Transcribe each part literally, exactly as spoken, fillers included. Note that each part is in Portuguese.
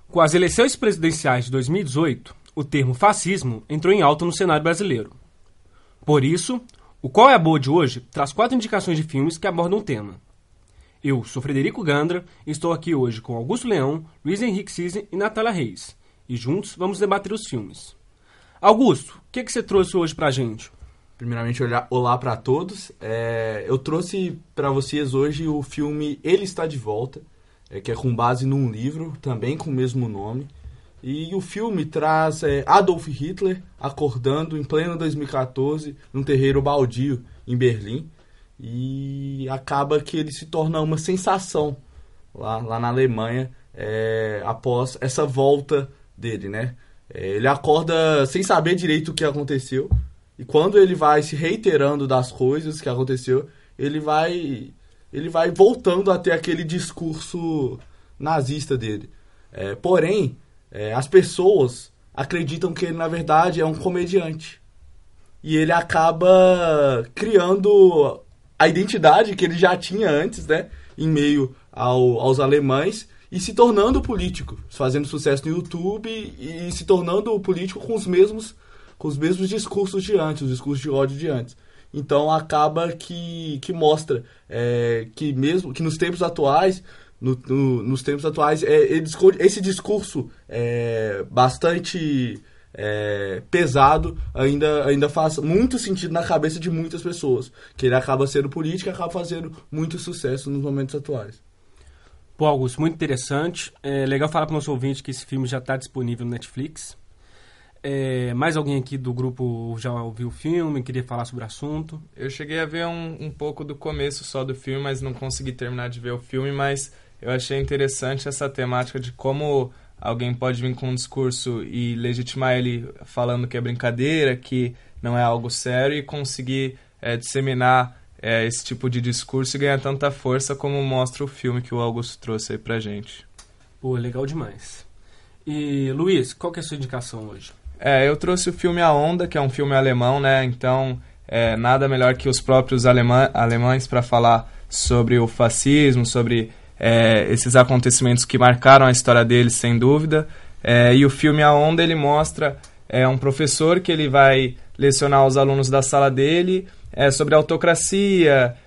Com as eleições presidenciais de dois mil e dezoito, o termo fascismo entrou em alta no cenário brasileiro. Por isso, o Qual é a Boa de hoje traz quatro indicações de filmes que abordam o tema. Eu sou Frederico Gandra e estou aqui hoje com Augusto Leão, Luiz Henrique Cisi e Natália Reis. E juntos vamos debater os filmes. Augusto, o que, que você trouxe hoje pra gente? Primeiramente, olá para todos. É, eu trouxe para vocês hoje o filme Ele Está de Volta, é, que é com base num livro, também com o mesmo nome. E o filme traz é, Adolf Hitler acordando em pleno dois mil e quatorze num terreiro baldio em Berlim. E acaba que ele se torna uma sensação lá, lá na Alemanha é, após essa volta dele, né? É, ele acorda sem saber direito o que aconteceu. E quando ele vai se reiterando das coisas que aconteceu, ele vai, ele vai voltando a ter aquele discurso nazista dele. É, porém, é, as pessoas acreditam que ele, na verdade, é um comediante. E ele acaba criando a identidade que ele já tinha antes, né, em meio ao, aos alemães, e se tornando político, fazendo sucesso no YouTube e, e se tornando político com os mesmos com os mesmos discursos de antes, os discursos de ódio de antes. Então acaba que, que mostra é, que mesmo que nos tempos atuais, no, no, nos tempos atuais, é, ele, esse discurso é, bastante é, pesado ainda, ainda faz muito sentido na cabeça de muitas pessoas, que ele acaba sendo político e acaba fazendo muito sucesso nos momentos atuais. Pô, Augusto, muito interessante. É legal falar para o nosso ouvinte que esse filme já está disponível no Netflix. É, mais alguém aqui do grupo já ouviu o filme, queria falar sobre o assunto? Eu cheguei a ver um, um pouco do começo só do filme, mas não consegui terminar de ver o filme, mas eu achei interessante essa temática de como alguém pode vir com um discurso e legitimar ele falando que é brincadeira, que não é algo sério, e conseguir é, disseminar é, esse tipo de discurso e ganhar tanta força como mostra o filme que o Augusto trouxe aí pra gente. Pô, legal demais. E, Luiz, qual que é a sua indicação hoje? É, eu trouxe o filme A Onda, que é um filme alemão, né? Então, é, nada melhor que os próprios alemã, alemães para falar sobre o fascismo, sobre é, esses acontecimentos que marcaram a história deles, sem dúvida. É, e o filme A Onda, ele mostra é, um professor que ele vai lecionar os alunos da sala dele é, sobre a autocracia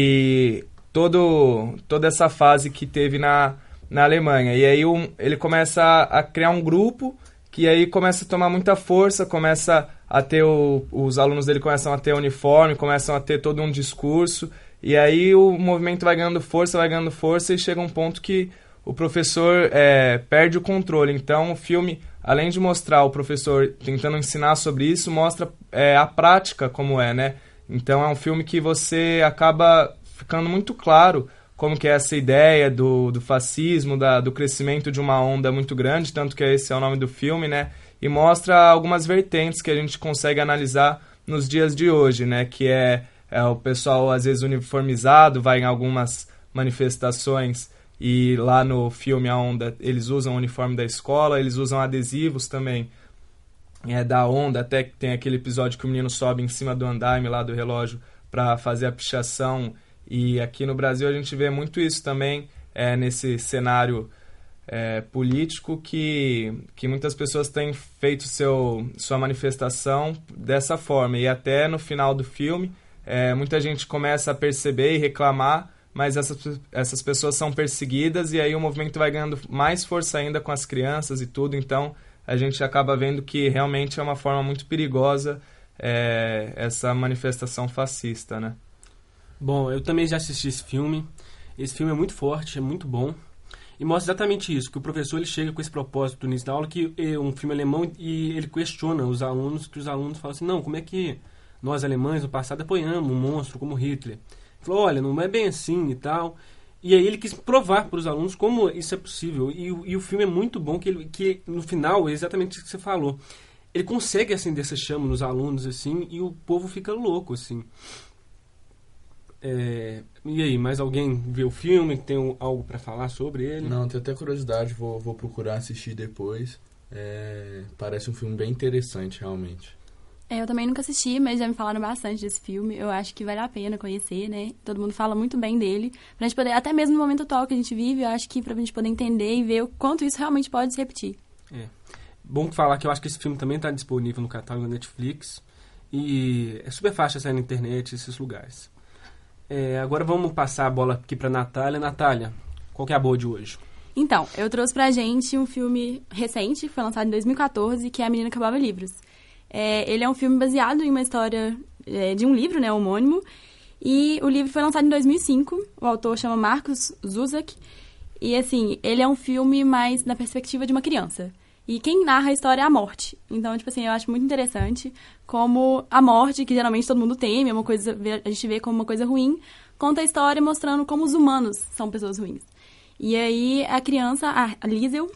e todo, toda essa fase que teve na, na Alemanha. E aí um, ele começa a, a criar um grupo que aí começa a tomar muita força, começa a ter o, os alunos dele começam a ter uniforme, começam a ter todo um discurso, e aí o movimento vai ganhando força, vai ganhando força, e chega um ponto que o professor é, perde o controle. Então o filme, além de mostrar o professor tentando ensinar sobre isso, mostra é, a prática como é, né? Então é um filme que você acaba ficando muito claro como que é essa ideia do, do fascismo, da, do crescimento de uma onda muito grande, tanto que esse é o nome do filme, né? E mostra algumas vertentes que a gente consegue analisar nos dias de hoje, né? Que é, é o pessoal, às vezes, uniformizado, vai em algumas manifestações e lá no filme A Onda eles usam o uniforme da escola, eles usam adesivos também é, da onda, até que tem aquele episódio que o menino sobe em cima do andaime lá do relógio para fazer a pichação. E aqui no Brasil a gente vê muito isso também, é, nesse cenário é, político, que, que muitas pessoas têm feito seu, sua manifestação dessa forma. E até no final do filme, é, muita gente começa a perceber e reclamar, mas essas, essas pessoas são perseguidas, e aí o movimento vai ganhando mais força ainda com as crianças e tudo. Então a gente acaba vendo que realmente é uma forma muito perigosa é, essa manifestação fascista, né? Bom, eu também já assisti esse filme. Esse filme é muito forte, é muito bom. E mostra exatamente isso, que o professor ele chega com esse propósito no início da aula, que é um filme alemão, e ele questiona os alunos, que os alunos falam assim, não, como é que nós alemães no passado apoiamos um monstro como Hitler? Ele falou, olha, não é bem assim e tal. E aí ele quis provar para os alunos como isso é possível. E, e o filme é muito bom, que, ele, que no final é exatamente isso que você falou. Ele consegue acender essa chama nos alunos, assim, e o povo fica louco, assim. É, e aí, mais alguém viu o filme, tem um, algo para falar sobre ele? Não, tenho até curiosidade, vou, vou procurar assistir depois. É, parece um filme bem interessante, realmente. É, eu também nunca assisti, mas já me falaram bastante desse filme. Eu acho que vale a pena conhecer, né? Todo mundo fala muito bem dele. Pra gente poder, até mesmo no momento atual que a gente vive, eu acho que pra gente poder entender e ver o quanto isso realmente pode se repetir. É. Bom falar que eu acho que esse filme também tá disponível no catálogo da Netflix. E é super fácil sair na internet, esses lugares. É, agora vamos passar a bola aqui pra Natália. Natália, qual que é a boa de hoje? Então, eu trouxe pra gente um filme recente, que foi lançado em dois mil e quatorze, que é A Menina que Roubava Livros. É, ele é um filme baseado em uma história é, de um livro, né, homônimo, e o livro foi lançado em dois mil e cinco, o autor chama Markus Zusak, e assim, ele é um filme mais na perspectiva de uma criança. E quem narra a história é a morte. Então, tipo assim, eu acho muito interessante como a morte, que geralmente todo mundo teme, é uma coisa, a gente vê como uma coisa ruim, conta a história mostrando como os humanos são pessoas ruins. E aí, a criança, a Liesel,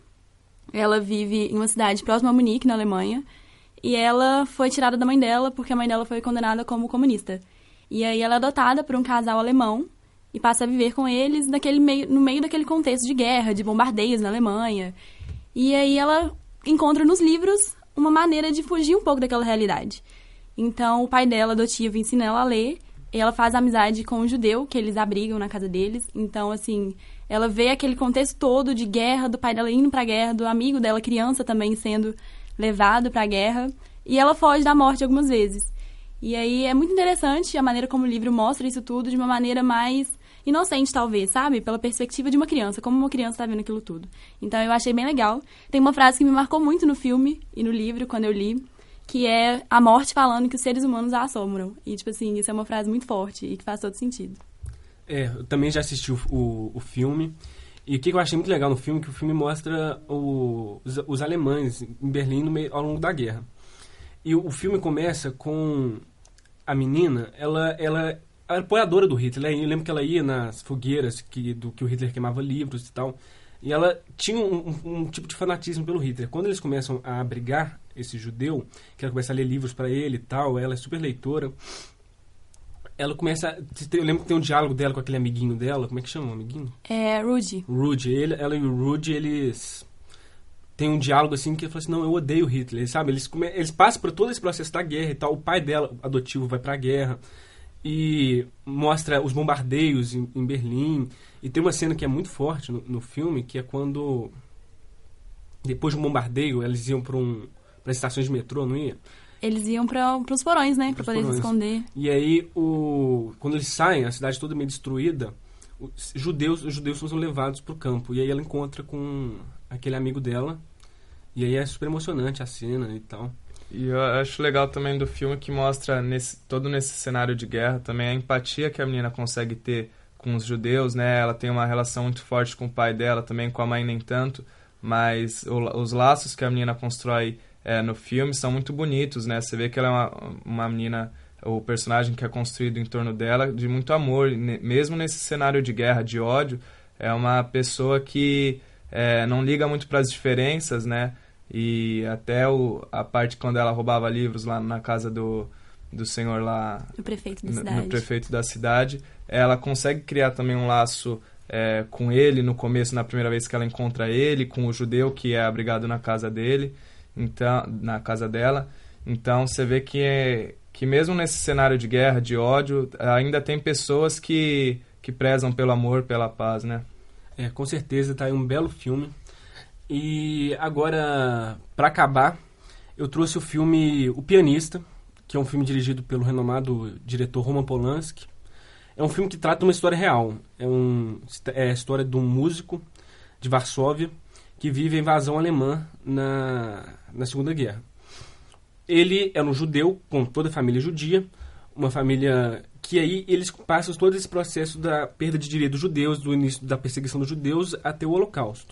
ela vive em uma cidade próxima a Munique, na Alemanha, e ela foi tirada da mãe dela porque a mãe dela foi condenada como comunista. E aí ela é adotada por um casal alemão e passa a viver com eles naquele meio, no meio daquele contexto de guerra, de bombardeios na Alemanha. E aí ela encontra nos livros uma maneira de fugir um pouco daquela realidade. Então o pai dela, adotivo, ensina ela a ler, e ela faz amizade com um judeu, que eles abrigam na casa deles. Então, assim, ela vê aquele contexto todo de guerra, do pai dela indo pra guerra, do amigo dela, criança, também sendo levado pra guerra, e ela foge da morte algumas vezes. E aí é muito interessante a maneira como o livro mostra isso tudo de uma maneira mais inocente, talvez, sabe? Pela perspectiva de uma criança, como uma criança tá vendo aquilo tudo. Então eu achei bem legal. Tem uma frase que me marcou muito no filme e no livro, quando eu li, que é a morte falando que os seres humanos a assombram. E, tipo assim, isso é uma frase muito forte e que faz todo sentido. É, eu também já assisti o, o, o filme. E o que eu achei muito legal no filme é que o filme mostra o, os, os alemães em Berlim no meio, ao longo da guerra. E o, o filme começa com a menina, ela, ela é apoiadora do Hitler. Eu lembro que ela ia nas fogueiras que, do que o Hitler queimava livros e tal. E ela tinha um, um, um tipo de fanatismo pelo Hitler. Quando eles começam a abrigar esse judeu, que ela começa a ler livros para ele e tal, ela é super leitora. Ela começa... Eu lembro que tem um diálogo dela com aquele amiguinho dela. Como é que chama o amiguinho? É, Rudy. Rudy. Ele, ela e o Rudy, eles... Tem um diálogo assim que ele fala assim, não, eu odeio Hitler, sabe? Eles, come... eles passam por todo esse processo da guerra e tal. O pai dela, adotivo, vai pra guerra. E mostra os bombardeios em, em Berlim. E tem uma cena que é muito forte no, no filme, que é quando... Depois de um bombardeio, eles iam pra, um, pra estações de metrô, não ia? Eles iam para os porões, né? Para poder porões. se esconder. E aí, o, quando eles saem, a cidade toda meio destruída, os judeus, os judeus são levados pro campo. E aí ela encontra com aquele amigo dela. E aí é super emocionante a cena e tal. E eu acho legal também do filme que mostra, nesse, todo nesse cenário de guerra, também a empatia que a menina consegue ter com os judeus, né? Ela tem uma relação muito forte com o pai dela, também com a mãe nem tanto. Mas o, os laços que a menina constrói... É, no filme são muito bonitos, né? Você vê que ela é uma, uma menina, o personagem que é construído em torno dela, de muito amor, mesmo nesse cenário de guerra, de ódio, é uma pessoa que é, não liga muito para as diferenças, né? E até o, a parte quando ela roubava livros lá na casa do, do senhor lá... O prefeito da no, cidade. No prefeito da cidade. Ela consegue criar também um laço é, com ele no começo, na primeira vez que ela encontra ele, com o judeu que é abrigado na casa dele. Então, na casa dela. Então, você vê que, é, que mesmo nesse cenário de guerra, de ódio, ainda tem pessoas que, que prezam pelo amor, pela paz, né? É, com certeza, tá aí um belo filme. E agora, para acabar, eu trouxe o filme O Pianista, que é um filme dirigido pelo renomado diretor Roman Polanski. É um filme que trata uma história real. É, um, é a história de um músico de Varsóvia que vive a invasão alemã na, na Segunda Guerra. Ele era um judeu, com toda a família judia, uma família que aí eles passam todo esse processo da perda de direitos dos judeus, do início da perseguição dos judeus até o Holocausto.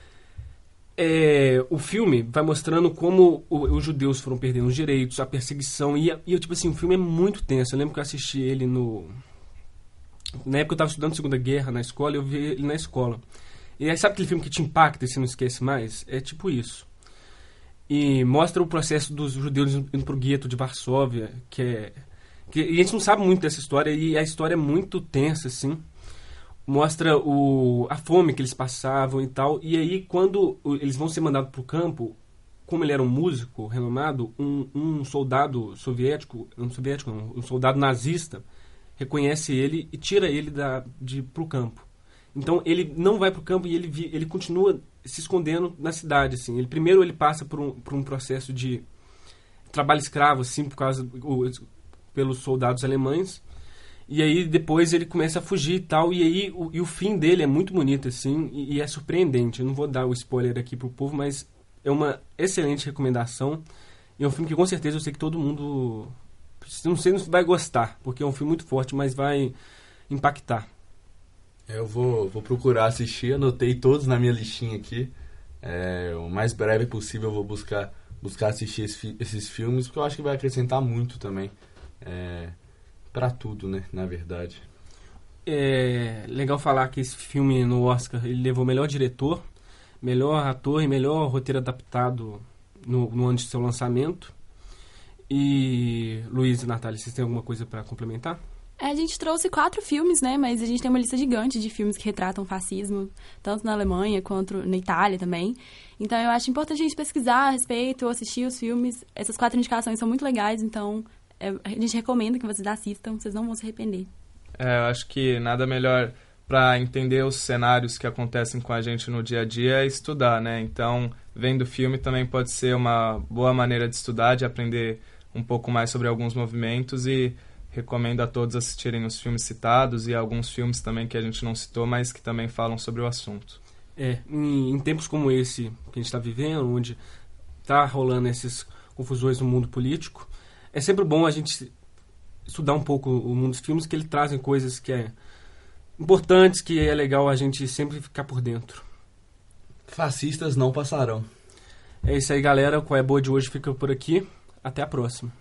É, o filme vai mostrando como o, os judeus foram perdendo os direitos, a perseguição, e, e eu, tipo assim, o filme é muito tenso. Eu lembro que eu assisti ele no... Na época eu estava estudando Segunda Guerra na escola, eu vi ele na escola. E aí, sabe aquele filme que te impacta e você não esquece mais? É tipo isso. E mostra o processo dos judeus indo pro gueto de Varsóvia, que é... Que, e a gente não sabe muito dessa história, e a história é muito tensa, assim. Mostra o, a fome que eles passavam e tal. E aí, quando eles vão ser mandados pro campo, como ele era um músico renomado, um, um soldado soviético, um soviético não, um soldado nazista, reconhece ele e tira ele da, de, pro campo. Então, ele não vai pro campo e ele, ele continua se escondendo na cidade, assim. Ele, primeiro, ele passa por um, por um processo de trabalho escravo, assim, por causa, o, pelos soldados alemães. E aí, depois, ele começa a fugir e tal. E aí, o, e o fim dele é muito bonito, assim, e, e é surpreendente. Eu não vou dar o spoiler aqui pro povo, mas é uma excelente recomendação. E é um filme que, com certeza, eu sei que todo mundo... Não sei se vai gostar, porque é um filme muito forte, mas vai impactar. Eu vou, vou procurar assistir, anotei todos na minha listinha aqui. É, o mais breve possível eu vou buscar, buscar assistir esse, esses filmes, porque eu acho que vai acrescentar muito também. É, pra tudo, né, na verdade. É legal falar que esse filme no Oscar, ele levou melhor diretor, melhor ator e melhor roteiro adaptado no, no ano de seu lançamento. E, Luiz e Natália, vocês têm alguma coisa para complementar? A gente trouxe quatro filmes, né? Mas a gente tem uma lista gigante de filmes que retratam o fascismo, tanto na Alemanha quanto na Itália também. Então, eu acho importante a gente pesquisar a respeito, assistir os filmes. Essas quatro indicações são muito legais, então é, a gente recomenda que vocês assistam, vocês não vão se arrepender. É, eu acho que nada melhor para entender os cenários que acontecem com a gente no dia a dia é estudar, né? Então, vendo o filme também pode ser uma boa maneira de estudar, de aprender um pouco mais sobre alguns movimentos, e recomendo a todos assistirem os filmes citados e alguns filmes também que a gente não citou, mas que também falam sobre o assunto. É, em, em tempos como esse que a gente está vivendo, onde está rolando essas confusões no mundo político, é sempre bom a gente estudar um pouco o mundo dos filmes, que eles trazem coisas que é importantes, que é legal a gente sempre ficar por dentro. Fascistas não passarão. É isso aí, galera. O Qual é Boa de hoje fica por aqui. Até a próxima.